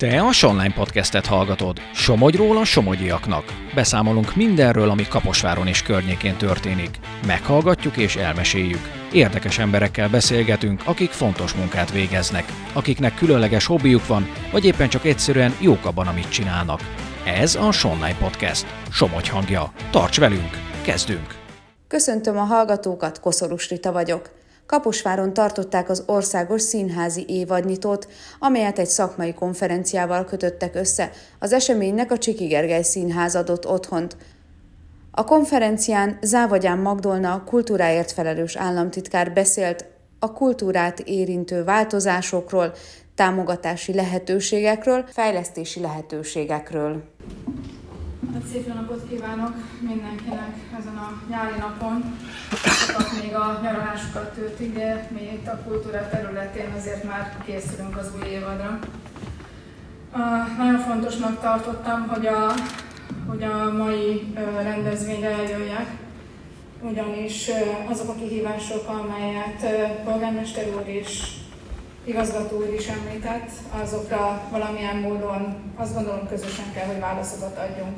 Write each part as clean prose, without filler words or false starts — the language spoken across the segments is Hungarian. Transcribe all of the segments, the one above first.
Te a Sonline Podcastet hallgatod. Somogyról a somogyiaknak. Beszámolunk mindenről, ami Kaposváron és környékén történik. Meghallgatjuk és elmeséljük. Érdekes emberekkel beszélgetünk, akik fontos munkát végeznek, akiknek különleges hobbijuk van, vagy éppen csak egyszerűen jók abban, amit csinálnak. Ez a Sonline Podcast. Somogy hangja. Tarts velünk! Kezdünk! Köszöntöm a hallgatókat, Koszorús Rita vagyok. Kaposváron tartották az országos színházi évadnyitót, amelyet egy szakmai konferenciával kötöttek össze. Az eseménynek a Csiki Gergely Színház adott otthont. A konferencián Závagyán Magdolna kultúráért felelős államtitkár beszélt a kultúrát érintő változásokról, támogatási lehetőségekről, fejlesztési lehetőségekről. Szép jó napot kívánok mindenkinek ezen a nyári napon. Sokat még a nyaralásukat töltik, de mi itt a kultúra területén azért már készülünk az új évadra. Nagyon fontosnak tartottam, hogy a mai rendezvényre eljöjjek, ugyanis azok a kihívások, amelyet polgármester úr és igazgató úr is említett, azokra valamilyen módon azt gondolom közösen kell, hogy válaszokat adjunk.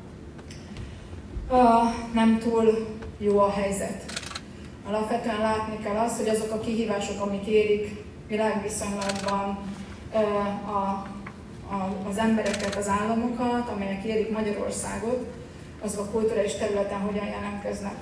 Nem túl jó a helyzet. Alapvetően látni kell azt, hogy azok a kihívások, amik érik világviszonylatban az embereket, az államokat, amelyek érik Magyarországot, azok a kulturális területen hogyan jelentkeznek.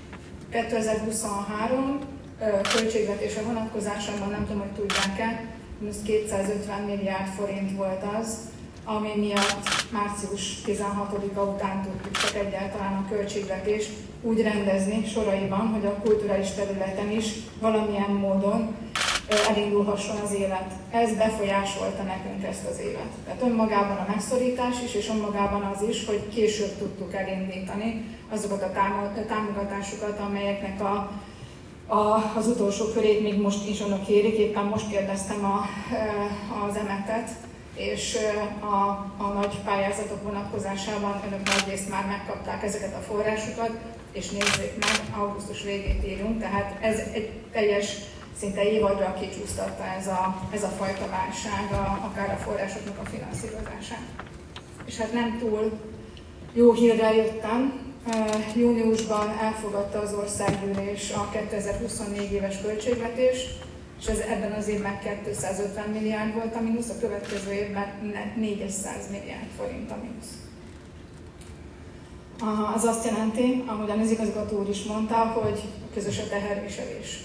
2023 költségvetése vonatkozásában, nem tudom, hogy tudják-e, mínusz 250 milliárd forint volt az, ami miatt március 16-a után tudtuk csak egyáltalán a költségvetést úgy rendezni soraiban, hogy a kulturális területen is valamilyen módon elindulhasson az élet. Ez befolyásolta nekünk ezt az évet. Tehát önmagában a megszorítás is, és önmagában az is, hogy később tudtuk elindítani azokat a támogatásokat, amelyeknek az utolsó körét még most is önök érik. Éppen most kérdeztem az emetet, és a nagy pályázatok vonatkozásában önök nagy részt már megkapták ezeket a forrásokat, és nézzék meg, augusztus végét írunk, tehát ez egy teljes, szinte évadra kicsúsztatta ez a fajta válság, akár a forrásoknak a finanszírozásán. És hát nem túl jó hírrel jöttem. Júniusban elfogadta az országgyűlés a 2024 éves költségvetést, és ebben az évben 250 milliárd volt a mínusz, a következő évben 400 milliárd forint a mínusz. Az azt jelenti, ahogyan az igazgató úr is mondta, hogy közös a teherviselés.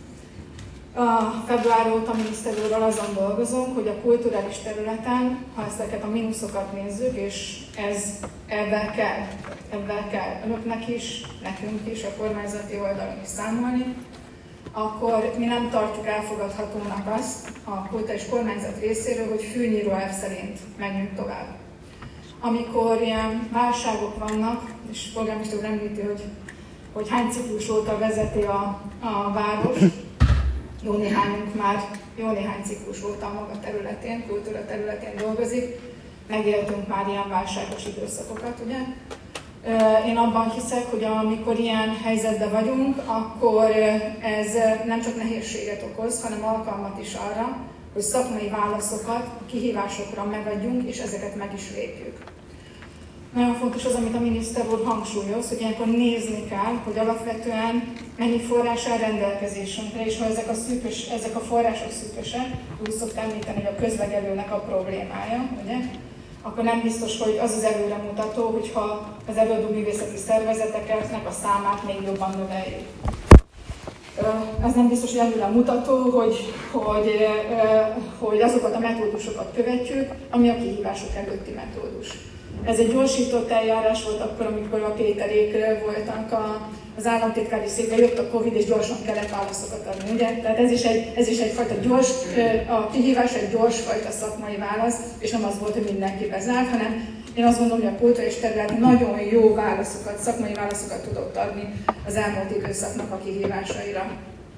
Február óta miniszter úrral azon dolgozunk, hogy a kulturális területen, ha ezeket a mínuszokat nézzük, és ebben kell önöknek is, nekünk is, a kormányzati oldalon is számolni, akkor mi nem tartjuk elfogadhatónak azt a kulturális kormányzat részéről, hogy fűnyíró elv szerint menjünk tovább. Amikor ilyen válságok vannak, és polgármester úr említi, hogy hány ciklus óta vezeti a város, jó néhány ciklus óta a maga területén, kultúra területén dolgozik, megéltünk már ilyen válságos időszakokat, ugye? Én abban hiszek, hogy amikor ilyen helyzetben vagyunk, akkor ez nem csak nehézséget okoz, hanem alkalmat is arra, hogy szakmai válaszokat a kihívásokra megadjunk, és ezeket meg is lépjük. Nagyon fontos az, amit a miniszter úr hangsúlyoz, hogy ilyenkor nézni kell, hogy alapvetően mennyi forrás áll rendelkezésünkre, és ha ezek a források szűkösek, úgy szoktam említeni, hogy a közlegelőnek a problémája, ugye? Akkor nem biztos, hogy az előremutató, hogyha az előadóművészeti szervezeteknek a számát még jobban növeljük. Az nem biztos, hogy előremutató, hogy azokat a metódusokat követjük, ami a kihívások előtti metódus. Ez egy gyorsított eljárás volt akkor, amikor a Péterék voltak az államtitkári székben, jött a Covid, és gyorsan kellett válaszokat adni, ugye? Tehát ez is egyfajta gyors, a kihívás egy gyorsfajta szakmai válasz, és nem az volt, hogy mindenki bezárt, hanem én azt gondolom, hogy a kulturális terület nagyon jó válaszokat, szakmai válaszokat tudott adni az elmúlt időszaknak a kihívásaira.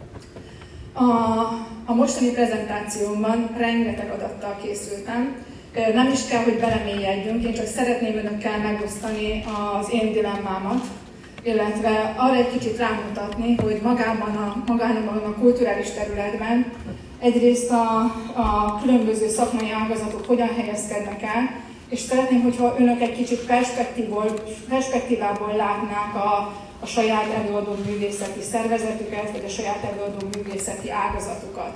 A mostani prezentációmban rengeteg adattal készültem. Nem is kell, hogy belemélyedjünk, én csak szeretném önökkel megosztani az én dilemmámat, illetve arra egy kicsit rámutatni, hogy magában a kulturális területben egyrészt a különböző szakmai ágazatok hogyan helyezkednek el, és szeretném, hogyha önök egy kicsit perspektívából látnák a saját előadó művészeti szervezetüket, vagy a saját előadó művészeti ágazatukat.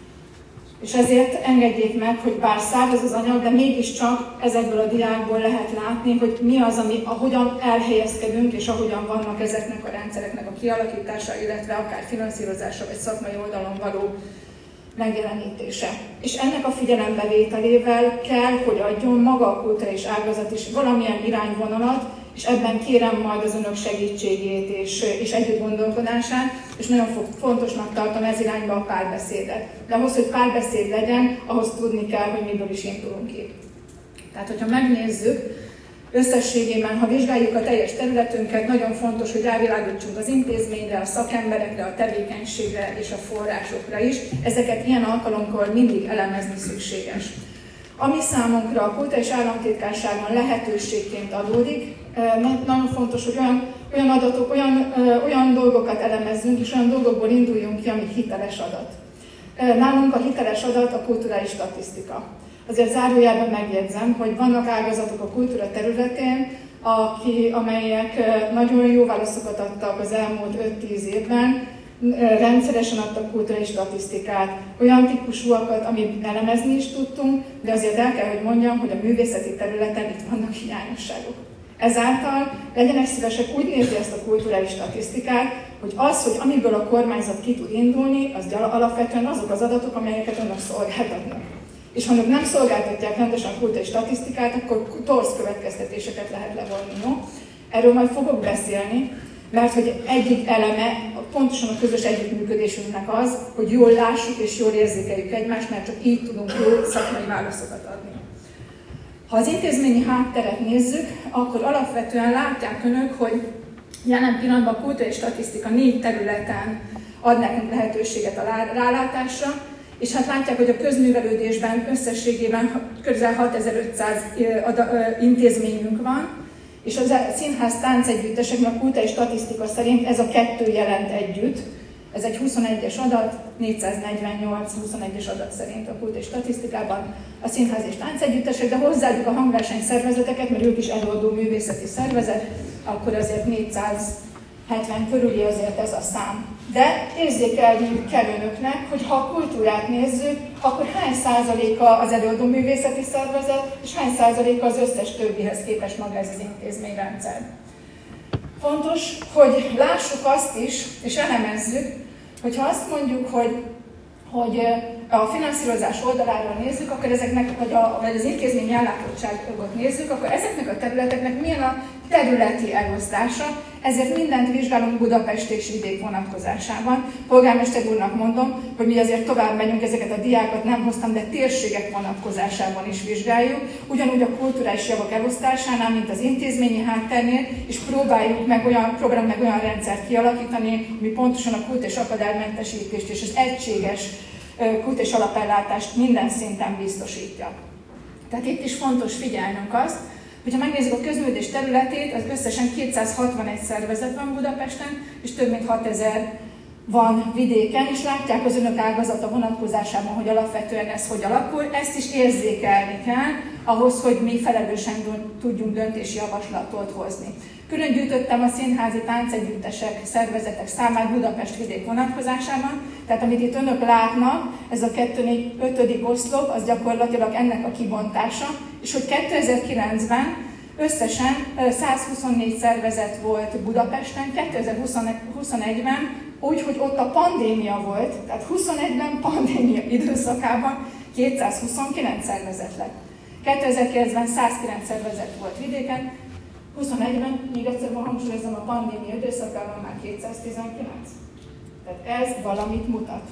És ezért engedjék meg, hogy bár száraz az anyag, de mégiscsak ezekből a diákból lehet látni, hogy mi az, ahogyan elhelyezkedünk, és ahogyan vannak ezeknek a rendszereknek a kialakítása, illetve akár finanszírozása, vagy szakmai oldalon való megjelenítése. És ennek a figyelembevételével kell, hogy adjon maga a kulturális ágazat is valamilyen irányvonalat, és ebben kérem majd az önök segítségét és együtt gondolkodását, és nagyon fontosnak tartom ez irányba a párbeszédet. De ahhoz, hogy párbeszéd legyen, ahhoz tudni kell, hogy miből is indulunk ki. Tehát, hogyha megnézzük, összességében, ha vizsgáljuk a teljes területünket, nagyon fontos, hogy rávilágítsunk az intézményre, a szakemberekre, a tevékenységre és a forrásokra is. Ezeket ilyen alkalomkor mindig elemezni szükséges. Ami számunkra a Kulturális Államtitkárságon lehetőségként adódik, nagyon fontos, hogy olyan adatok, olyan dolgokat elemezzünk, és olyan dolgokból induljunk ki, ami hiteles adat. Nálunk a hiteles adat a kulturális statisztika. Azért zárójelben megjegyzem, hogy vannak ágazatok a kultúra területén, amelyek nagyon jó válaszokat adtak az elmúlt 5-10 évben, rendszeresen adtak kulturális statisztikát, olyan típusúakat, amit elemezni is tudtunk, de azért el kell, hogy mondjam, hogy a művészeti területen itt vannak hiányosságok. Ezáltal legyenek szívesek úgy nézni ezt a kulturális statisztikát, hogy amiből a kormányzat ki tud indulni, az alapvetően azok az adatok, amelyeket önök szolgáltatnak. És ha önök nem szolgáltatják rendesen a kulturális statisztikát, akkor torz következtetéseket lehet levonni, jó? Erről majd fogok beszélni, mert hogy egyik eleme, pontosan a közös együttműködésünknek az, hogy jól lássuk és jól érzékeljük egymást, mert csak így tudunk jó szakmai válaszokat adni. Ha az intézményi hátteret nézzük, akkor alapvetően látják önök, hogy jelen pillanatban a kulturális statisztika 4 területen ad nekünk lehetőséget a rálátásra, és hát látják, hogy a közművelődésben összességében közel 6500 intézményünk van, és a színház táncegyütteseknek a kulturális statisztika szerint ez a 2 jelent együtt. Ez egy 21-es adat, 448 21-es adat szerint a kulturális statisztikában a színház és táncegyüttesek, de hozzáadjuk a hangverseny szervezeteket, mert ők is előadó művészeti szervezet, akkor azért 470 körüli azért ez a szám. De érzékelni kell önöknek, hogy ha a kultúrát nézzük, akkor hány százaléka az előadó művészeti szervezet, és hány százaléka az összes többihez képest maga ez az intézményrendszer. Fontos, hogy lássuk azt is, és elemezzük, hogyha azt mondjuk, hogy a finanszírozás oldaláról nézzük, akkor ezeknek, vagy az intézményi ellátottságot nézzük, akkor ezeknek a területeknek milyen a területi elosztása, ezért mindent vizsgálunk Budapest és vidék vonatkozásában. Polgármester úrnak mondom, hogy mi azért tovább megyünk, ezeket a diákat nem hoztam, de térségek vonatkozásában is vizsgáljuk, ugyanúgy a kulturális javak elosztásánál, mint az intézményi háttérnél, és próbáljuk meg olyan rendszert kialakítani, ami pontosan a kult és akadálymentesítést és az egységes kult és alapellátást minden szinten biztosítja. Tehát itt is fontos figyelnünk azt, hogyha megnézzük a közművelődés területét, az összesen 261 szervezet van Budapesten, és több mint 6000 van vidéken, és látják az önök ágazata vonatkozásában, hogy alapvetően ez hogy alakul. Ezt is érzékelni kell, ahhoz, hogy mi felelősen tudjunk döntési javaslatot hozni. Külön gyűjtöttem a színházi táncegyüttesek, szervezetek számát Budapest vidék vonatkozásában, tehát amit itt önök látnak, ez a 2-4-5. oszlop, az gyakorlatilag ennek a kibontása, és hogy 2009-ben összesen 124 szervezet volt Budapesten, 2021-ben úgy, hogy ott a pandémia volt, tehát 21-ben pandémia időszakában 229 szervezet lett. 2009-ben 109 szervezet volt vidéken, 21-ben, még egyszer hangsúlyozom, a pandémia időszakában már 219. Tehát ez valamit mutat.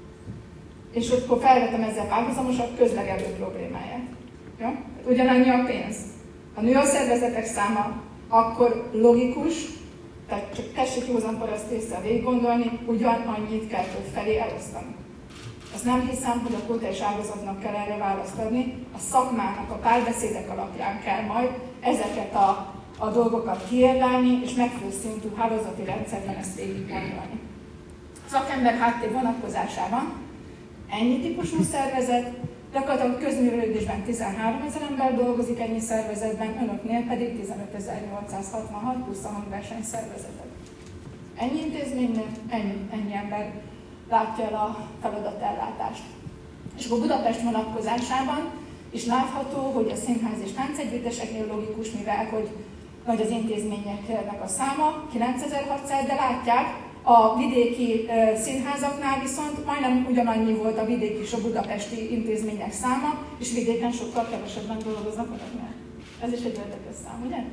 És akkor felvettem ezzel párhuzamosan közlegelő problémáját. Ja? Ugyanannyi a pénz. Ha nő a szervezetek száma, akkor logikus, tehát csak tessék józan paraszt észre végig gondolni, ugyanannyit kell több felé elosztani. Azt nem hiszem, hogy a kulturális ágazatnak kell erre választ adni, a szakmának a párbeszédek alapján kell majd ezeket a dolgokat kiérlelni, és megfelelő szintű hálózati rendszerben ezt végig gondolni. Szakember háttér vonatkozásában ennyi típusú szervezet, gyakorlatilag közművelődésben 13 000 ember dolgozik ennyi szervezetben, önöknél pedig 15.866 plusz a hangversenyszervezetek. Ennyi intézménynél ennyi ember látja el a feladatellátást. És akkor Budapest vonatkozásában is látható, hogy a színház és táncegyütteseknél logikus, mivel hogy nagy az intézményeknek a száma, 9600, de látják, a vidéki színházaknál viszont majdnem ugyanannyi volt a vidéki és a budapesti intézmények száma, és vidéken sokkal kevesebben dolgoznak önöknél. Ez is egy érdekes szám, ugye?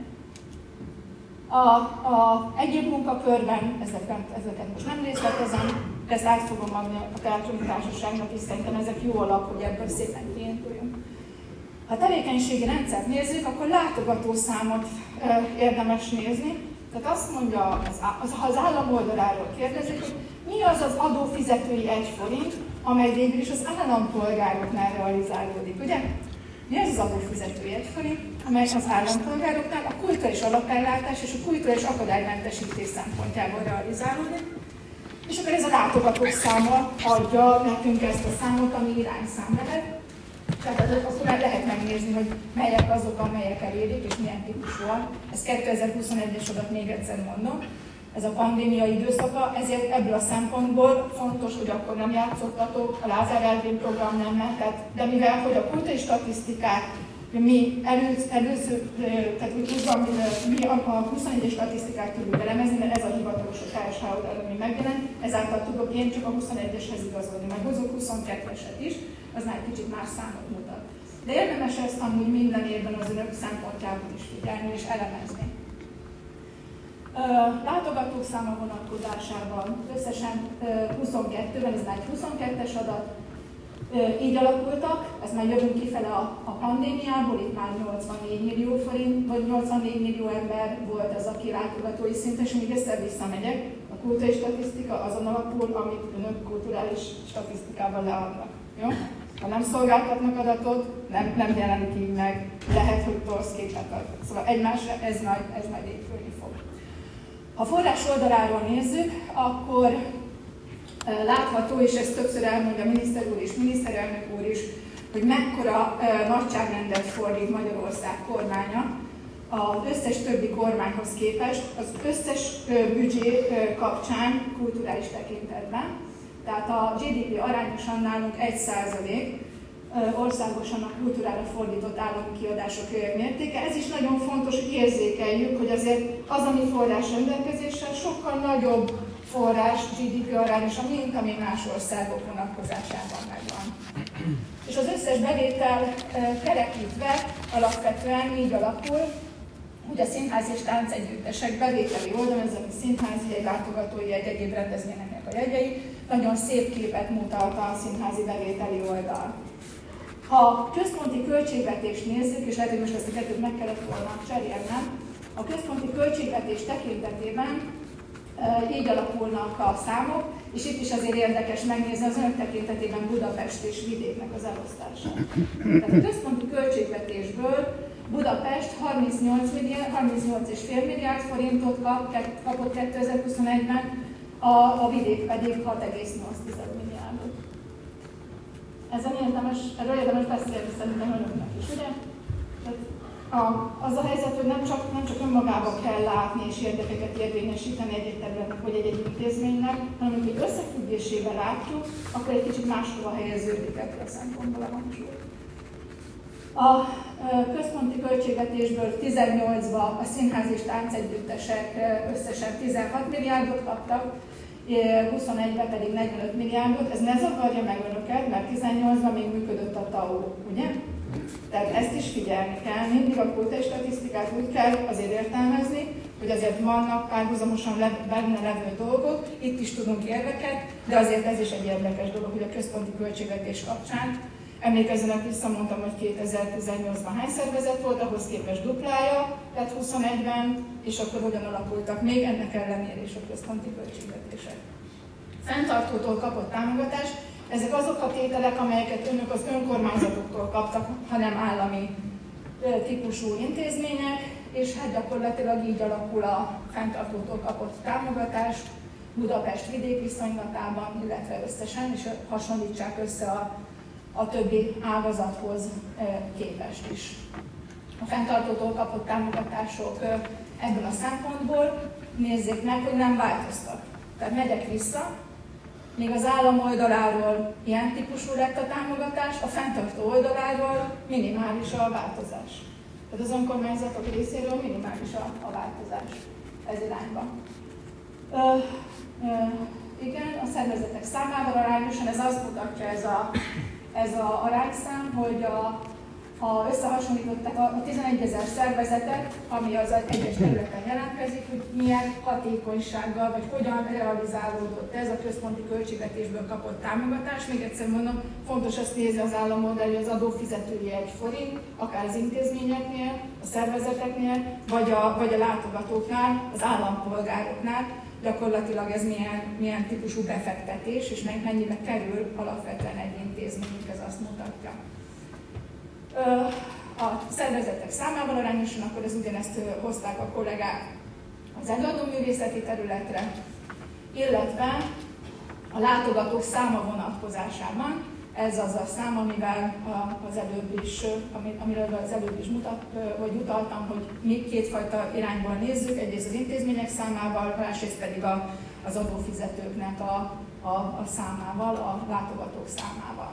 A egyéb munkakörben, ezeket most nem részletezem, de ezt át fogom adni a Teátrum Társaságnak, és szerintem ezek jó alap, hogy ebből szépen kiinduljunk. Ha a tevékenységi rendszert nézzük, akkor látogatószámot érdemes nézni. Tehát azt mondja, ha az állam oldaláról kérdezik, hogy mi az az adófizetői 1 forint, amely végül is az állampolgároknál realizálódik, ugye? Mi az az adófizetői 1 forint, amely az állampolgároknál a kulturális alapellátás és a kulturális akadálymentesítés szempontjából realizálódik. És akkor ez a látogatók száma adja nekünk ezt a számot, ami irányszám lehet. Tehát akkor már lehet megnézni, hogy melyek azok, amelyek elérik, és milyen típusúan. Ez 2021-es adat, még egyszer mondom. Ez a pandémia időszaka, ezért ebből a szempontból fontos, hogy akkor nem játszottatok, a Lázár Elvin program nem mehet, de mivel hogy a kulturális statisztikát mi tehát mi a 21-es statisztikát tudjuk elemezni, mert ez a hivatalos a KSH oldalon, ami megjelent, ezáltal tudok én csak a 21-eshez igazolni, meg hozok 22-eset is, az már egy kicsit más számot mutat. De érdemes ezt amúgy minden évben az önök szempontjából is figyelni és elemezni. Látogatók száma vonatkozásában összesen 22-ben, ez már egy 22-es adat, így alakultak, ez már jövünk kifele a pandémiából, itt már 84 millió forint, vagy 84 millió ember volt az, aki látogatói szinten, és még össze-vissza megyek, a kulturális statisztika azon alapul, amit önök kulturális statisztikában leadnak. Jó? Ha nem szolgáltatnak adatot, nem jelenik így meg, lehet, hogy torz képet ad. Szóval egymásra ez majd épülni fog. Ha forrás oldaláról nézzük, akkor látható, és ezt többször elmondja a miniszter úr és miniszterelnök úr is, hogy mekkora nagyságrendet fordít Magyarország kormánya az összes többi kormányhoz képest, az összes büdzsé kapcsán kulturális tekintetben. Tehát a GDP arányosan nálunk 1%, országosan a kultúrára fordított állami kiadások mértéke. Ez is nagyon fontos, hogy érzékeljük, hogy azért az, ami forrás rendelkezéssel, sokkal nagyobb forrás GDP arányosan, mint ami más országok vonatkozásában megvan. És az összes bevétel kerekítve alapvetően így alakul, hogy a színház és táncegyüttesek bevételi oldalon, ezek a színházi jegy, látogatói jegy, egyéb rendezvényeknek a jegyei, nagyon szép képet mutat a színházi bevételi oldal. Ha központi költségvetést nézzük, és lehet, hogy most ezt a kettőt meg kellett volna cserélnem, a központi költségvetés tekintetében így alakulnak a számok, és itt is azért érdekes megnézni az önök tekintetében Budapest és vidéknek az elosztását. Tehát a központi költségvetésből Budapest 38,5 milliárd forintot kapott 2021-ben, a vidék pedig 6,8 milliárdot. Erről érdemes beszélni szerintem önöknek is, ugye? Az a helyzet, hogy nem csak önmagában kell látni és érdekeket érvényesíteni egy területnek vagy egy intézménynek, hanem hogy összefüggésével látjuk, akkor egy kicsit máshova helyeződik ebből a szempontból a hangsúly. A központi költségvetésből 18-ban a színház és táncegyüttesek összesen 16 milliárdot kaptak, 21-ben pedig 45 milliárdot. Ez ne zavarja meg önöket, mert 18-ban még működött a TAO, ugye? Tehát ezt is figyelni kell, mindig a kulturális statisztikát úgy kell azért értelmezni, hogy azért vannak párhuzamosan benne levő dolgok, itt is tudunk érveket, de azért ez is egy érdekes dolog, hogy a központi költségvetés kapcsán. Emlékezzenek vissza, mondtam, hogy 2018-ban hány szervezet volt, ahhoz képest duplája, tehát 21-ben, és akkor hogyan alakultak még, ennek ellenére is a központi költségvetések. Fenntartótól kapott támogatás, ezek azok a tételek, amelyeket önök az önkormányzatoktól kaptak, hanem állami típusú intézmények, és hát gyakorlatilag így alakul a fenntartótól kapott támogatás. Budapest vidék viszonylatában, illetve összesen, és hasonlítsák össze a többi ágazathoz képest is. A fenntartótól kapott támogatások ebből a szempontból nézzék meg, hogy nem változtak. Tehát megyek vissza, még az állam oldaláról ilyen típusú lett a támogatás, a fenntartó oldaláról minimális a változás. Tehát az önkormányzatok részéről minimális a változás ez irányban. Igen, a szervezetek számával arányosan ez azt mutatja ez a arányszám, hogy összehasonlították a 11 000 szervezetet, ami az egyes területen jelentkezik, hogy milyen hatékonysággal, vagy hogyan realizálódott ez a központi költségvetésből kapott támogatás. Még egyszer mondom, fontos azt nézni az állam oldalra, hogy az adófizetője 1 forint, akár az intézményeknél, a szervezeteknél, vagy a látogatóknál, az állampolgároknál, gyakorlatilag ez milyen típusú befektetés, és mennyibe kerül alapvetően egy intézményünk, ez azt mutatja. A szervezetek számával arányosan, akkor ez ugyanezt hozták a kollégák az előadóművészeti területre, illetve a látogatók száma vonatkozásában. Ez az a szám, amiről az előbb is utaltam, hogy mi kétfajta irányból nézzük, egyrészt az intézmények számával, másrészt pedig az adófizetőknek a számával, a látogatók számával.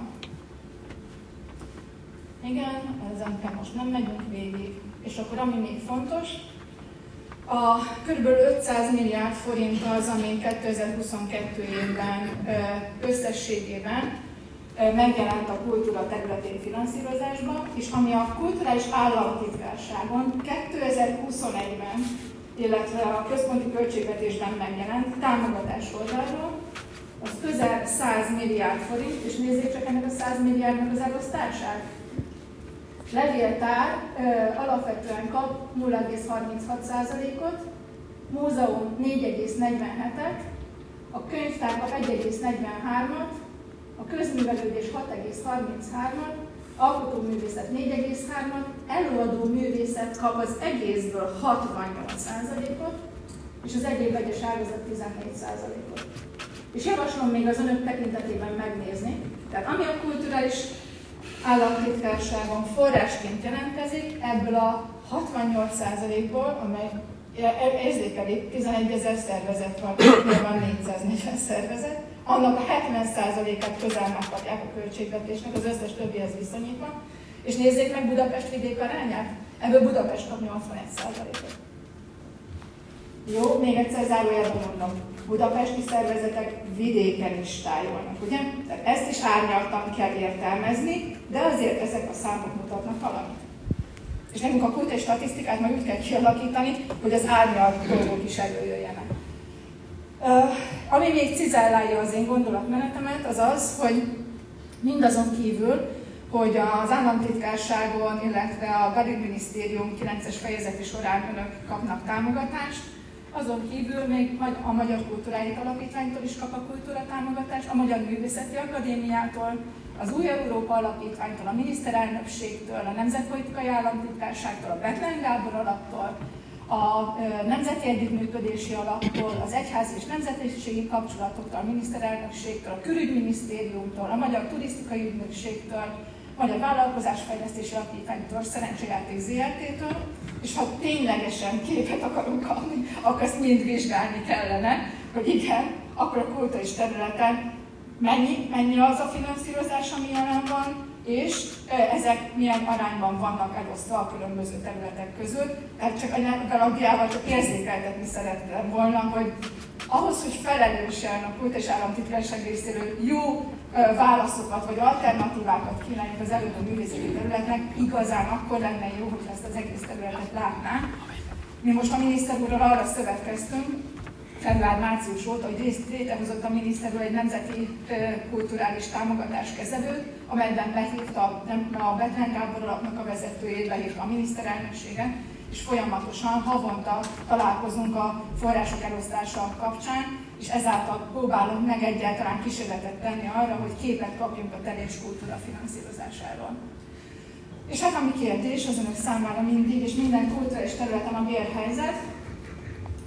Igen, ezen most nem megyünk végig. És akkor ami még fontos, kb. 500 milliárd forint az, ami 2022 évben összességében megjelent a kultúra területén finanszírozásban, és ami a kulturális államtitkárságon 2021-ben, illetve a központi költségvetésben megjelent támogatás oldalról, az közel 100 milliárd forint, és nézzék csak ennek a 100 milliárdnak az elosztását. Levéltár alapvetően kap 0,36%-ot, múzeum 4,47-et, a könyvtár kap 1,43-at, a közművelődés 6,33-at, alkotóművészet 4,3-at, előadóművészet kap az egészből 68%-ot, és az egyéb vegyes ágazat 14%-ot. És javaslom még az önök tekintetében megnézni, tehát ami a kulturális államtitkárságon forrásként jelentkezik, ebből a 68%-ból, amely érzékelik 11 000 szervezet van, van 440 szervezet, annak a 70%-át közel megkapják a költségvetésnek, az összes többihez viszonyítva. És nézzék meg Budapest vidék arányát, ebből Budapest kap 81%-ot. Jó, még egyszer zárójelben mondom, budapesti szervezetek vidéken is tájolnak, ugye? Tehát ezt is árnyaltan kell értelmezni, de azért ezek a számok mutatnak valamit. És nekünk a kultúrai statisztikát majd úgy kell kialakítani, hogy az árnyalt dolgok is előjöjjenek. Ami még cizellálja az én gondolatmenetemet, az az, hogy mindazon kívül, hogy az államtitkárságon, illetve a belügyminisztérium 9-es fejezeti során önök kapnak támogatást, azon kívül még a Magyar Kulturális Alapítványtól is kap a kultúra támogatást, a Magyar Művészeti Akadémiától, az Új Európa Alapítványtól, a miniszterelnökségtől, a Nemzetpolitikai Államtitkárságtól, a Bethlen Gábor Alaptól, a Nemzeti Együttműködési Alaptól, az Egyházi és Nemzetiségi Kapcsolatoktól, a miniszterelnökségtől, a Külügyminisztériumtól, a Magyar Turisztikai Ügynökségtől, a Magyar Vállalkozásfejlesztési Alapítványtól, Szerencsejáték ZRT-től, és ha ténylegesen képet akarunk adni, akkor ezt mind vizsgálni kellene, hogy igen, akkor a kulturális területen mennyi az a finanszírozás, ami jelen van, és ezek milyen arányban vannak elosztva a különböző területek között. Tehát csak a diával csak érzékeltetni szerettem volna, hogy ahhoz, hogy felelősen a kulturális államtitkárság részéről jó válaszokat vagy alternatívákat kínáljunk az előadó művészeti területnek, igazán akkor lenne jó, hogy ezt az egész területet látnánk. Mi most a miniszter úrral arra szövetkeztünk, február-március óta, hogy létrehozott a miniszter úr egy nemzeti kulturális támogatáskezelőt, amelyben behívta a Bethlen Gábor Alapnak a vezetőjét, behívta a miniszterelnökséget, és folyamatosan havonta találkozunk a források elosztása kapcsán, és ezáltal próbálunk meg egyáltalán kísérletet tenni arra, hogy képet kapjunk a teljes kultúra finanszírozásáról. És hát ami kérdés az önök számára mindig, és minden kulturális területen a bérhelyzet.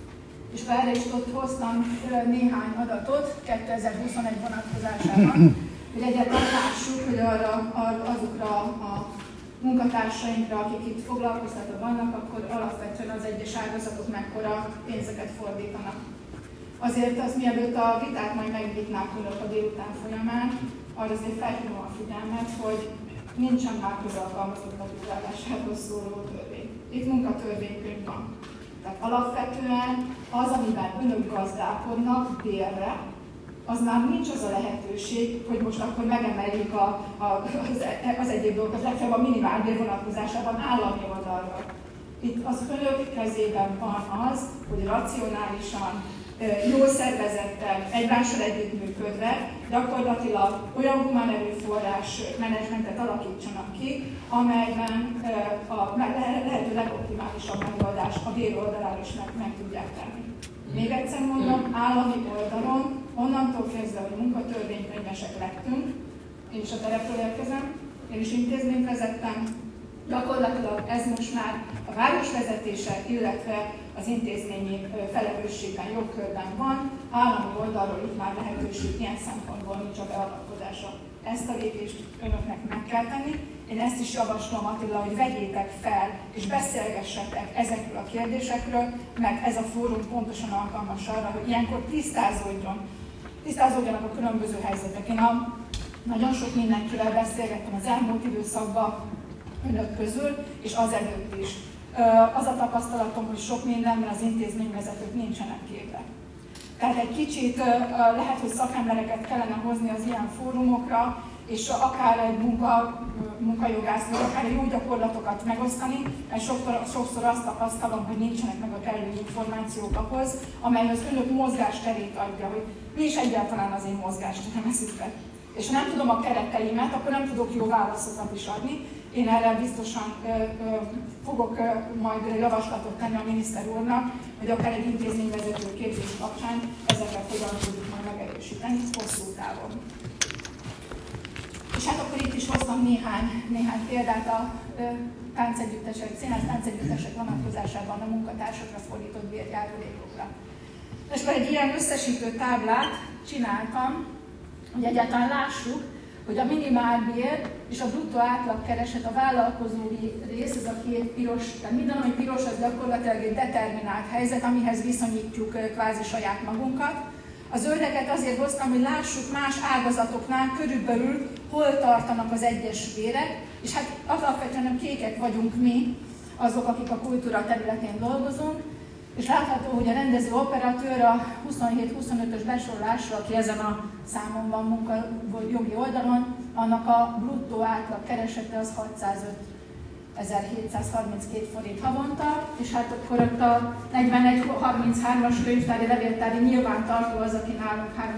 És erre is ott hoztam néhány adatot 2021 vonatkozásában, hogy egyáltalán lássuk, hogy azokra a munkatársainkra, akik itt foglalkoztatva vannak, akkor alapvetően az egyes ágazatok mekkora pénzeket fordítanak. Azért az, mielőtt a vitát majd megnyitnák önök a délután folyamán, arra azért felhívom a figyelmet, hogy nincsen már közalkalmazottak utálásáról szóló törvény. Itt munkatörvénykönyv van. Tehát alapvetően az, amiben önök gazdálkodnak bérre, az már nincs az a lehetőség, hogy most akkor megemeljük az egyéb dolgokat, legfeljebb a minimálbér vonatkozásában állami oldalra. Itt az önök kezében van az, hogy racionálisan, jól szervezetten, egymással együttműködve gyakorlatilag olyan humán erőforrás menedzsmentet alakítsanak ki, amelyben a lehető legoptimálisabb megoldást a bér oldalára is meg tudják tenni. Még egyszer mondom, állami oldalon, onnantól kezdve, hogy munkatörvénykönyvesek lettünk, én is a terepről érkezem, én is intézményt vezettem, gyakorlatilag ez most már a városvezetése, illetve az intézményi felelősségben, jogkörben van, állami oldalról itt már lehetőség ilyen szempontból nincs a beavatkozásra. Ezt a lépést önöknek meg kell tenni. Én ezt is javaslom, Attila, hogy vegyétek fel és beszélgessetek ezekről a kérdésekről, mert ez a fórum pontosan alkalmas arra, hogy ilyenkor tisztázódjanak a különböző helyzetek. Én nagyon sok mindenkivel beszélgettem az elmúlt időszakban önök közül, és azelőtt is. Az a tapasztalatom, hogy sok mindenben az intézményvezetők nincsenek képbe. Tehát egy kicsit lehet, hogy szakembereket kellene hozni az ilyen fórumokra, és akár egy munkajogász, vagy akár egy jó gyakorlatokat megosztani, mert sokszor azt tapasztalom, hogy nincsenek meg a kellő információk ahhoz, amely az önök mozgásterét adja, hogy mi is egyáltalán az én mozgásterem eszükbe. És ha nem tudom a kereteimet, akkor nem tudok jó válaszokat is adni. Én erre biztosan fogok majd javaslatot tenni a miniszter úrnak, hogy akár egy intézményvezető képzés kapcsán ezeket hogyan tudjuk majd megerősíteni hosszú távon. És hát akkor itt is hoztam néhány példát a táncegyüttesek, színház táncegyüttesek vonatkozásában a munkatársakra fordított bérjárulékokra. És már egy ilyen összesítő táblát csináltam, hogy egyáltalán lássuk, hogy a minimálbér és a bruttó átlagkereset, a vállalkozói rész, ez a két piros, tehát minden, ami piros, az gyakorlatilag egy determinált helyzet, amihez viszonyítjuk kvázi saját magunkat. A zöldeket azért hoztam, hogy lássuk más ágazatoknál körülbelül hol tartanak az egyes bérek, és hát alapvetően a kékek vagyunk mi, azok, akik a kultúra területén dolgozunk, és látható, hogy a rendező operatőr a 27-25-ös besorolásra, aki ezen a számon van munkajogi oldalon, annak a bruttó átlag keresete az 605.732 forint havonta, és hát akkor ott a 41-33-as könyvtári levéltári nyilvántartó az, aki nálunk 315.627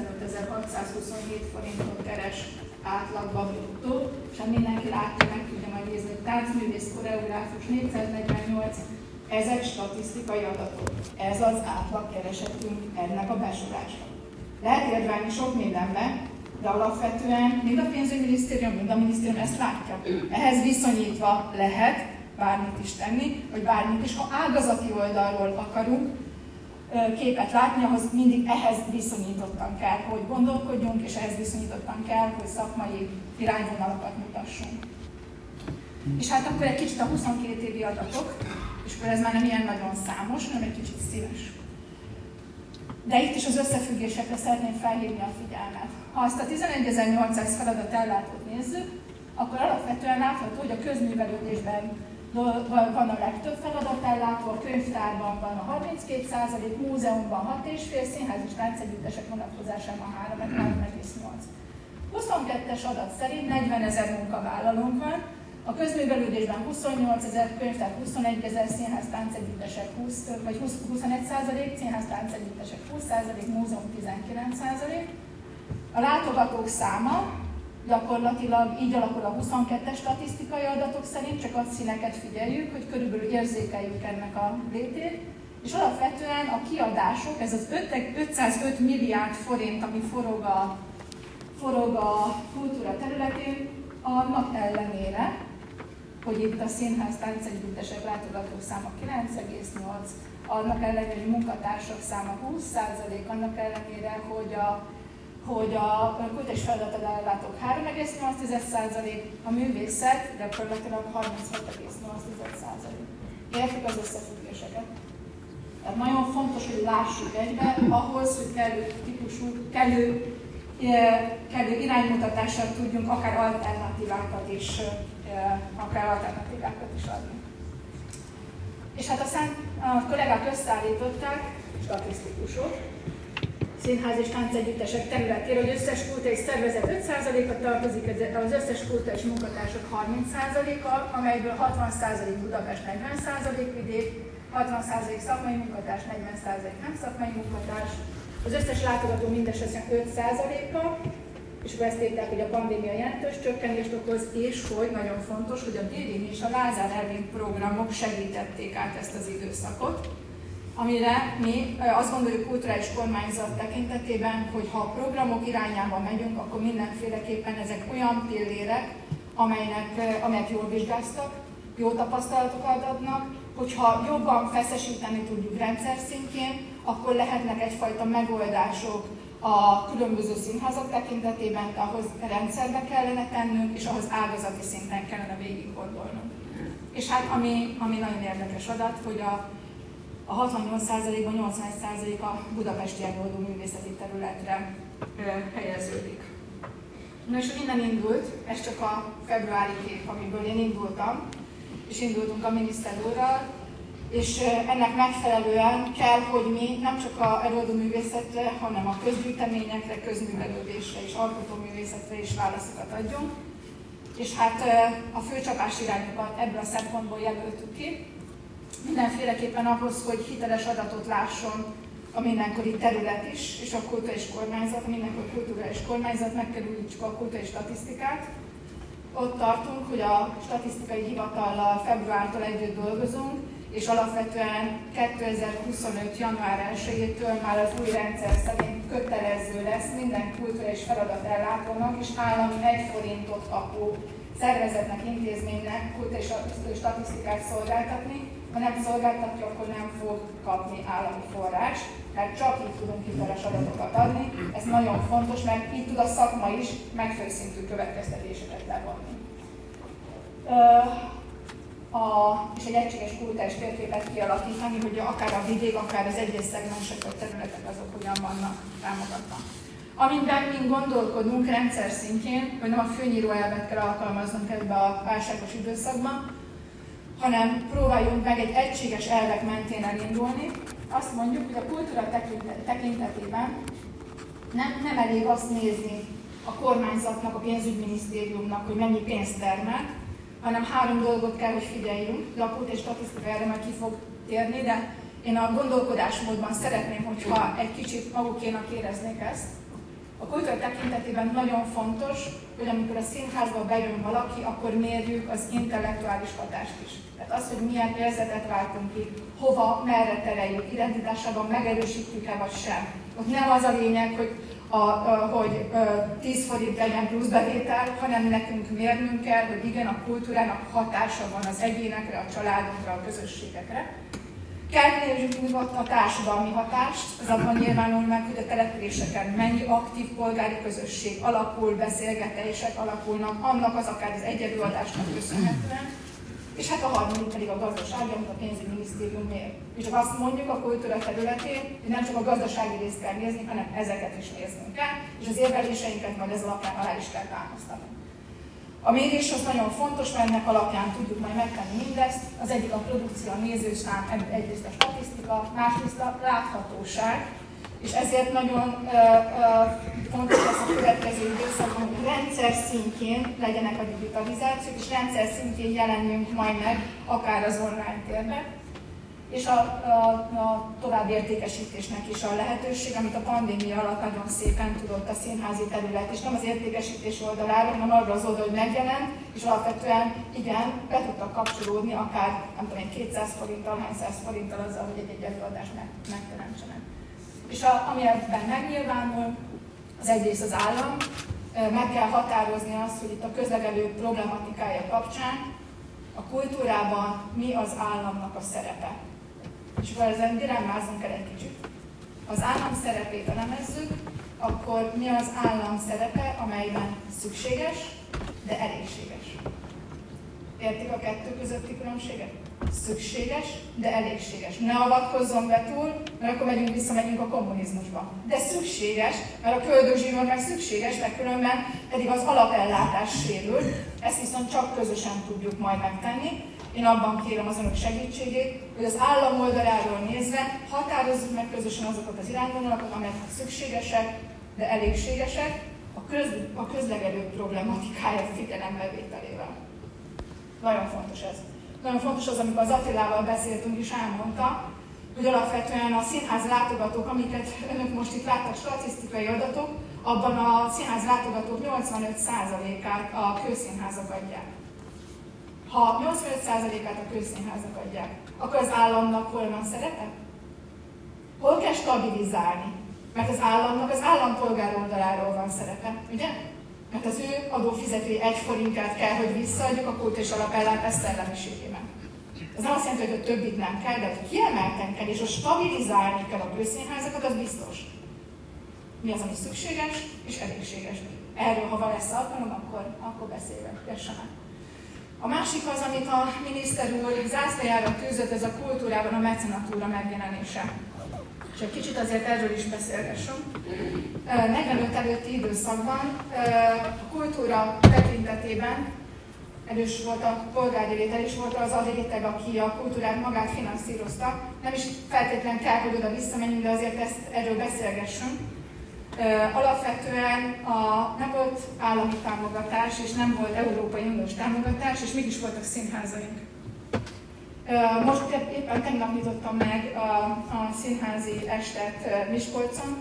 forintot keres átlagban bruttó, és hát mindenki látja, meg tudja majd nézni, hogy táncművész, koreográfus 448, ezek statisztikai adatok. Ez az átlagkeresetünk ennek a besorolásra. Lehet érvelni sok mindenben, de alapvetően mind a pénzügyminisztérium, mind a minisztérium ezt látja. Ehhez viszonyítva lehet bármit is tenni, vagy bármit is. Ha ágazati oldalról akarunk képet látni, ahhoz mindig ehhez viszonyítottan kell, hogy gondolkodjunk, és ehhez viszonyítottan kell, hogy szakmai irányvonalakat mutassunk. És hát akkor egy kicsit a 22 évi adatok, és akkor ez már nem ilyen nagyon számos, hanem egy kicsit színes. De itt is az összefüggésekre szeretném felhívni a figyelmet. Ha azt a 11.800 feladat ellátót nézzük, akkor alapvetően látható, hogy a közművelődésben van a legtöbb feladatellátó, a könyvtárban van a 32%, múzeumban 6,5%, színház és táncegyüttesek vonatkozásában 3,8%. 22-es adat szerint 40 000 munkavállalónk van, a közművelődésben 28 000, könyvtár 21 000, színház táncegyüttesek 21%, színház táncegyüttesek 20%, múzeum 19%. A látogatók száma gyakorlatilag így alakul a 22-es statisztikai adatok szerint, csak a színeket figyeljük, hogy körülbelül érzékeljük ennek a létét. És alapvetően a kiadások, ez az 505 milliárd forint, ami forog a kultúra területén, annak ellenére, hogy itt a színház táncegyüttesek látogatószáma 9,8, annak ellenére, hogy munkatársak száma 20%, annak ellenére, hogy a kulturális feladatot ellátók 3,8%, a művészet gyakorlatilag 36,8%. Értjük az összefüggéseket. Tehát nagyon fontos, hogy lássuk egybe, ahhoz, hogy kellő iránymutatással tudjunk akár alternatívákat is adni. És hát aztán a kollégák összeállították, statisztikusok, színház és táncegyüttesek területére, hogy összes kulturális szervezet 5%-a tartozik, az összes kulturális munkatársak 30%-a, amelyből 60% Budapest, 40% vidék, 60% szakmai munkatárs, 40% nem szakmai munkatárs, az összes látogató mindössze 5%-a, és akkor ezt írták, hogy a pandémia jelentős csökkenést okoz, és hogy nagyon fontos, hogy a Dérin és a Lázár Ervin programok segítették át ezt az időszakot, amire mi azt gondoljuk kulturális kormányzat tekintetében, hogy ha a programok irányába megyünk, akkor mindenféleképpen ezek olyan pillérek, amelyek jól vizsgáztak, jó tapasztalatokat adnak, hogyha jobban feszesíteni tudjuk rendszer szintjén, akkor lehetnek egyfajta megoldások a különböző színházak tekintetében, de ahhoz rendszerbe kellene tennünk, és ahhoz ágazati szinten kellene végiggondolnunk. És hát ami nagyon érdekes adat, hogy a 68%-ban 81% a budapesti előadó művészeti területre helyeződik. Na és innen indult, ez csak a februári kép, amiből én indultam, és indultunk a miniszter úrral, és ennek megfelelően kell, hogy mi nem csak az előadóművészetre, hanem a közgyűjteményekre, közművelődésre és alkotóművészetre is válaszokat adjunk. És hát a főcsapás irányokat ebből a szempontból jelöltük ki. Mindenféleképpen ahhoz, hogy hiteles adatot lásson a mindenkori terület is, és a kulturális kormányzat, a mindenkori kulturális kormányzat, meg kell újítsuk a kulturális statisztikát. Ott tartunk, hogy a statisztikai hivatallal februártól együtt dolgozunk, és alapvetően 2025. január 1-től már az új rendszer szerint kötelező lesz minden kulturális feladat ellátónak és állami 1 forintot kapó szervezetnek, intézménynek kulturális statisztikát szolgáltatni. Ha nem szolgáltatja, akkor nem fog kapni állami forrást, mert csak így tudunk hiteles adatokat adni. Ez nagyon fontos, mert így tud a szakma is megfelelő szintű következtetéseket levonni. És egy egységes kulturális térképet kialakítani, hogy akár a vidék, akár az egyes szegmensek vagy területek azok hogyan vannak támogatva. Amiben mi gondolkodunk rendszer szintjén, hogy nem a főnyíró elvet kell alkalmaznunk ebbe a válságos időszakban, hanem próbáljunk meg egy egységes elvek mentén elindulni. Azt mondjuk, hogy a kultúra tekintetében nem elég azt nézni a kormányzatnak, a pénzügyminisztériumnak, hogy mennyi pénzt termel, hanem 3 dolgot kell, hogy figyeljünk. A kulturális statisztika erre már ki fog térni, de én a gondolkodásmódban szeretném, hogyha egy kicsit magukénak éreznék ezt. A kultúra tekintetében nagyon fontos, hogy amikor a színházba bejön valaki, akkor mérjük az intellektuális hatást is. Tehát az, hogy milyen érzetet váltunk ki, hova, merre tereljük, identitásában megerősítjük-e vagy sem. Ott nem az a lényeg, hogy 10 forint legyen plusz bevétel, hanem nekünk mérnünk kell, hogy igen, a kultúrának hatása van az egyénekre, a családokra, a közösségekre. Kell nézzük a társadalmi hatást, az abban nyilvánul meg, hogy a településeken mennyi aktív polgári közösség alakul, beszélgetések alakulnak, annak az akár az egy előadásnak köszönhetően. És hát a harmadik pedig a gazdaság, amit a pénzügyminisztérium mér. És csak azt mondjuk a kultúra területén, hogy nem csak a gazdasági részt kell nézni, hanem ezeket is néznünk kell, és az érveléseinket majd ez alapján alá is kell támasztani. A mérés az nagyon fontos, mert ennek alapján tudjuk majd megtenni mindezt. Az egyik a produkció, a nézőszám, egyrészt a statisztika, másrészt a láthatóság. És ezért nagyon fontos lesz a következő időszakban, hogy rendszer szintjén legyenek a digitalizációk, és rendszer szintjén jelenjünk majd meg akár az online térben. És a továbbértékesítésnek is a lehetőség, amit a pandémia alatt nagyon szépen tudott a színházi terület, és nem az értékesítés oldaláról, hanem arra az oldal, hogy megjelent, és alapvetően igen, be tudtak kapcsolódni akár, nem tudom, 200 forinttal, hány 100 forinttal azzal, hogy egy előadást megteremtsenek. És ami ebben megnyilvánul, az egyrészt az állam, meg kell határozni azt, hogy itt a közlekedő problematikája kapcsán a kultúrában mi az államnak a szerepe. És akkor ezen dilemmázunk el egy kicsit. Az állam szerepét elemezzük, akkor mi az állam szerepe, amelyben szükséges, de elégséges. Értik a kettő közötti különbséget? Szükséges, de elégséges. Ne avatkozzon be túl, mert akkor visszamegyünk a kommunizmusba. De szükséges, mert a köldögzsinór meg szükséges, mert különben pedig az alapellátás sérül. Ezt viszont csak közösen tudjuk majd megtenni. Én abban kérem az önök segítségét, hogy az állam oldaláról nézve határozzuk meg közösen azokat az irányvonalakat, amelyek szükségesek, de elégségesek, a közlekedő problematikája figyelembevételével. Nagyon fontos ez. Nagyon fontos az, amikor az Attilával beszéltünk is elmondta, hogy alapvetően a színház látogatók, amiket önök most itt láttak, statisztikai adatok, abban a színház látogatók 85%-át a kőszínházak adják. Ha 85%-át a kőszínházak adják, akkor az államnak hol van szerepe? Hol kell stabilizálni? Mert az államnak az állampolgár oldaláról van szerepe, ugye? Mert az ő adófizetői 1 forintját kell, hogy visszaadjuk a kultúrás alapellátás szellemiségében. Ez nem azt jelenti, hogy a többit nem kell, de hogy kiemelten kell, és stabilizálni kell a kőszínházakat, az biztos. Mi az, ami szükséges és elégséges. Erről, ha van lesz alkalom, akkor beszélgessenek. A másik az, amit a miniszter úr zászlajára tűzött, ez a kultúrában a mecenatúra megjelenése. És egy kicsit azért erről is beszélgessünk. 45 előtti időszakban a kultúra tekintetében erős volt a polgári réteg, és volt az a réteg, aki a kultúrát magát finanszírozta. Nem is feltétlenül kell, hogy oda visszamenjünk, de azért erről beszélgessünk. Alapvetően nem volt állami támogatás, és nem volt Európai Uniós támogatás, és mégis voltak színházaink. Most éppen tegnap nyitottam meg a színházi estet Miskolcon.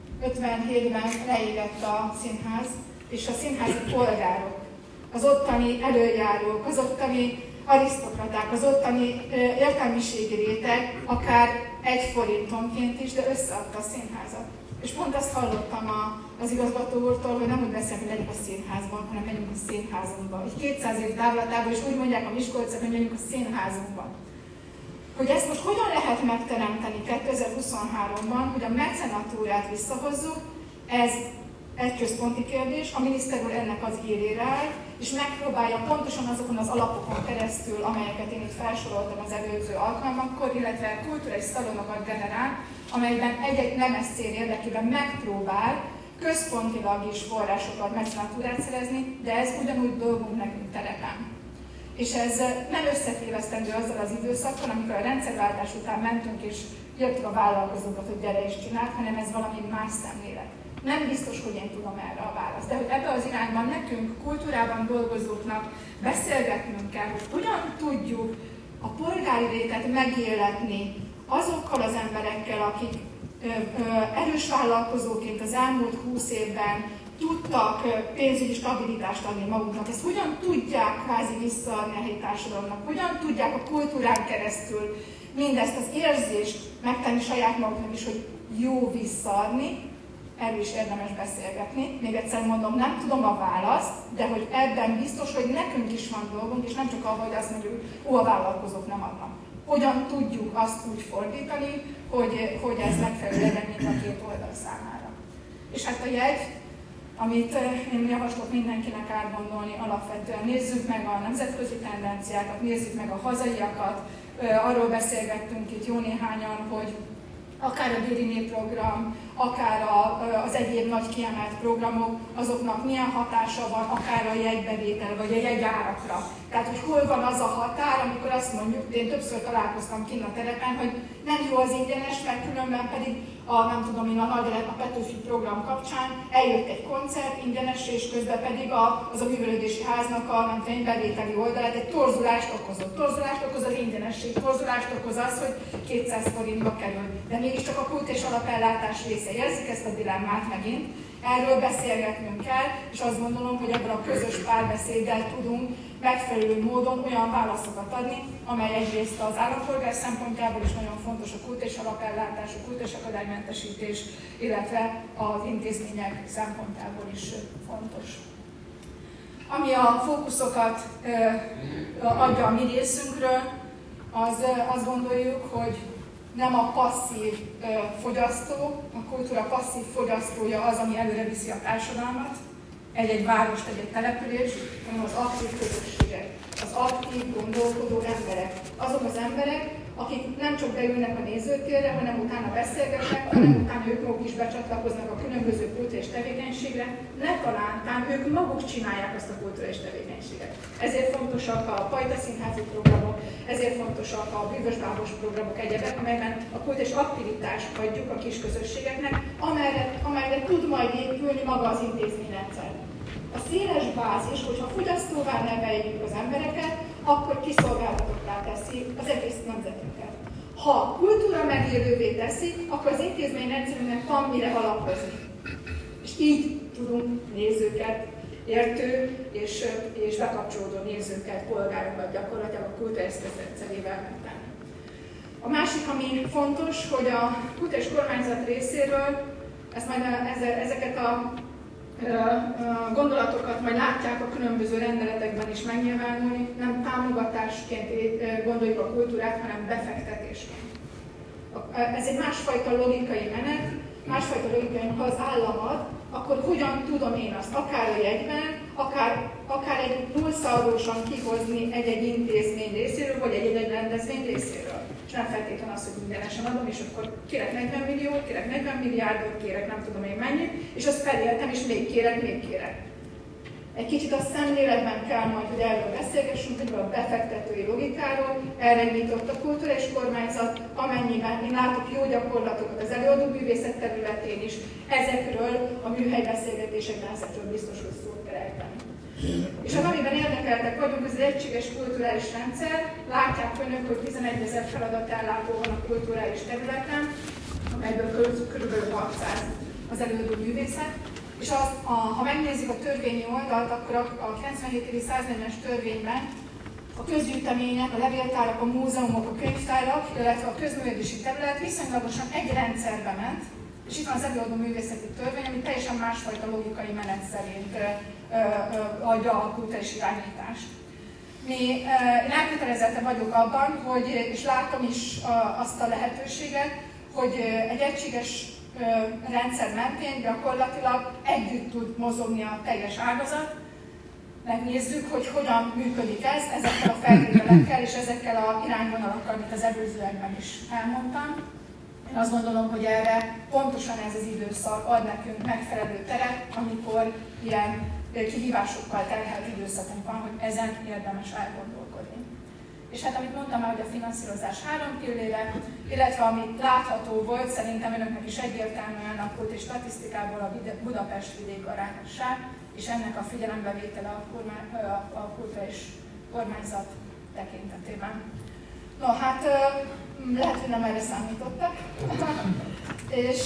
57-ben leégett a színház, és a színházi polgárok, az ottani előjárók, az ottani arisztokraták, az ottani értelmiségi réteg, akár 1 forintonként is, de összeadta a színházat. És pont azt hallottam az igazgató úrtól, hogy nem úgy beszél, hogy legyünk a színházban, hanem menjünk a színházunkba. Egy 200 év távlatában, és úgy mondják a Miskolcon, hogy menjünk a színházunkba. Hogy ezt most hogyan lehet megteremteni 2023-ban, hogy a mecenatúrát visszahozzuk, ez egy központi kérdés. A miniszter úr ennek az élére áll, és megpróbálja pontosan azokon az alapokon keresztül, amelyeket én itt felsoroltam az előző alkalmakkor, illetve kulturális szalonokat generál, amelyben egy-egy nemes cél érdekében megpróbál központilag is forrásokat, mecenatúrát szerezni, de ez ugyanúgy dolgunk nekünk telepen. És ez nem összetévesztendő azzal az időszakkal, amikor a rendszerváltás után mentünk és jöttük a vállalkozókat, hogy gyere és csináld, hanem ez valami más szemlélet. Nem biztos, hogy én tudom erre a választ, de hogy ebbe az irányban nekünk, kultúrában dolgozóknak beszélgetnünk kell, hogy hogyan tudjuk a polgári rétet megilletni azokkal az emberekkel, akik erős vállalkozóként az elmúlt 20 évben tudtak pénzügyi stabilitást adni maguknak. Ezt hogyan tudják kvázi visszaadni a helyi társadalomnak? Hogyan tudják a kultúrán keresztül mindezt az érzést megtenni saját maguknak is, hogy jó visszaadni? Erről is érdemes beszélgetni. Még egyszer mondom, nem tudom a választ, de hogy ebben biztos, hogy nekünk is van dolgunk, és nem csak abban, hogy azt mondjuk, hogy a vállalkozók nem adnak. Hogyan tudjuk azt úgy fordítani, hogy ez megfelelő legyen mind a két oldal számára. És hát a jegy, amit én javaslok mindenkinek átgondolni, alapvetően nézzük meg a nemzetközi tendenciákat, nézzük meg a hazaiakat. Arról beszélgettünk itt jó néhányan, hogy akár a Déli program, akár az egyéb nagy kiemelt programok, azoknak milyen hatása van, akár a jegybevétel vagy a jegyárakra. Tehát, hogy hol van az a határ, amikor azt mondjuk, én többször találkoztam kint a terepen, hogy nem jó az ingyenes, mert különben pedig a Petőfi program kapcsán eljött egy koncert ingyenes, és közben pedig az a művelődési háznak a bevételi oldalát egy torzulást okozott. Torzulást okoz az ingyenesség, torzulást okoz az, hogy 200 forintba kerül. De mégiscsak a kultúrás alapellátás része. Érzik ezt a dilemmát megint. Erről beszélgetnünk kell, és azt gondolom, hogy ebből a közös párbeszéddel tudunk megfelelő módon olyan válaszokat adni, amely egyrészt az állampolgár szempontjából is nagyon fontos, a kultúrás alapellátás, a kultúrás akadálymentesítés, illetve az intézmények szempontjából is fontos. Ami a fókuszokat adja a mi részünkről, azt gondoljuk, hogy nem a passzív fogyasztó, a kultúra passzív fogyasztója az, ami előre viszi a társadalmat, egy-egy várost, egy-egy települést, hanem az aktív közösségek, az aktív, gondolkodó emberek. Azok az emberek, akik nem csak beülnek a nézőtérre, hanem utána beszélgetnek, hanem utána ők maguk is becsatlakoznak a különböző kulturális tevékenységre, ne talántán ők maguk csinálják azt a kulturális tevékenységet. Ezért fontosak a Pajta színházi programok, ezért fontosak a bűvösbábos programok, egyebek, amelyben a kulturális aktivitást adjuk a kis közösségeknek, amelyre tud majd épülni maga az intézményrendszer. A széles bázis, hogyha fogyasztóvá neveljük az embereket, akkor kiszolgáltatottá teszi az egész nemzetünket. Ha kultúra megélővé teszi, akkor az intézményrendszerünknek van mire alapozni. És így tudunk nézőket, értő és bekapcsolódó nézőket, polgárokat gyakorlatilag a kultúra eszközrendszerével megtenni. A másik, ami fontos, hogy a kulturális kormányzat részéről, ezeket a gondolatokat majd látják a különböző rendeletekben is megnyilvánulni, nem támogatásként gondoljuk a kultúrát, hanem befektetésként. Ez egy másfajta logikai menet, másfajta logikai, ha az állam ad, akkor hogyan tudom én azt akár a jegyben, akár egy nullszaldósan kihozni egy-egy intézmény részéről, vagy egy-egy rendezvény részéről. És nem feltétlenül az, hogy mindenesen adom, és akkor kérek 40 milliót, kérek 40 milliárdot, kérek nem tudom én mennyit, és azt feléltem, és még kérek. Egy kicsit a szemléletben kell majd, hogy erről beszélgessünk, hogy a befektetői logikáról, erre nyitott a kulturális kormányzat, amennyiben én látok jó gyakorlatokat az előadóművészet területén is, ezekről a műhelybeszélgetésekben ezekről biztos, hogy szót kell ejteni. És az, amiben érdekeltek vagyunk, ez egy egységes kulturális rendszer. Látják önök, hogy 11 000 feladatellátó van a kulturális területen, amelyből kb. 600 az előadó művészet. És ha megnézzük a törvényi oldalt, akkor a 97-140-es törvényben a közgyűjtemények, a levéltárak, a múzeumok, a könyvtárak, illetve a közművelési terület viszonylagosan egy rendszerbe ment, és itt van az előadó művészeti törvény, ami teljesen másfajta logikai menet szerint adja a kulturális irányítást. Én elkötelezettem vagyok abban, és látom is azt a lehetőséget, hogy egy egységes rendszer mentén gyakorlatilag együtt tud mozogni a teljes ágazat. Megnézzük, hogy hogyan működik ez ezekkel a feltételekkel és ezekkel az irányvonalakkal, amit az előzőekben is elmondtam. Én azt gondolom, hogy erre pontosan ez az időszak ad nekünk megfelelő teret, amikor ilyen kihívásokkal terhelt időszakunk van, hogy ezen érdemes elgondolkodni. És hát amit mondtam már, hogy a finanszírozás 3 pillére, illetve amit látható volt, szerintem önöknek is egyértelműen a kulturális statisztikából a Budapest vidék arányosság, és ennek a figyelembevétele a kulturális kormányzat tekintetében. No, hát lehet, hogy nem erre számítottak, és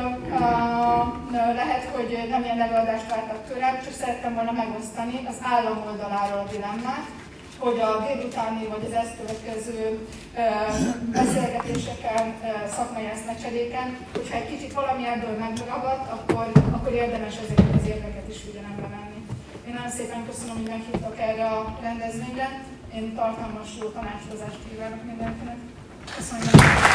lehet, hogy nem ilyen előadást vártak tőlem, csak szerettem volna megosztani az állam oldaláról a dilemmát, hogy a délutáni vagy az ezt következő beszélgetéseken, szakmai eszmecseréken, hogyha egy kicsit valami ebből megragadt, akkor érdemes ezeket az érveket is figyelembe venni. Én nagyon szépen köszönöm, hogy meghívtak erre a rendezvényre. Én tartalmas jó tanácskozást kívánok mindenkinek. Köszönöm.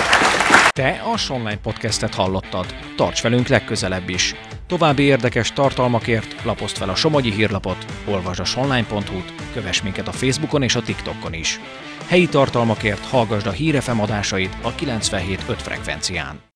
Te a Sonline podcastet hallottad. Tarts velünk legközelebb is. További érdekes tartalmakért lapozd fel a Somogyi hírlapot, olvasd a sonline.hu-t, kövess minket a Facebookon és a TikTokon is. Helyi tartalmakért hallgasd a Hír FM adásait a 97.5 frekvencián.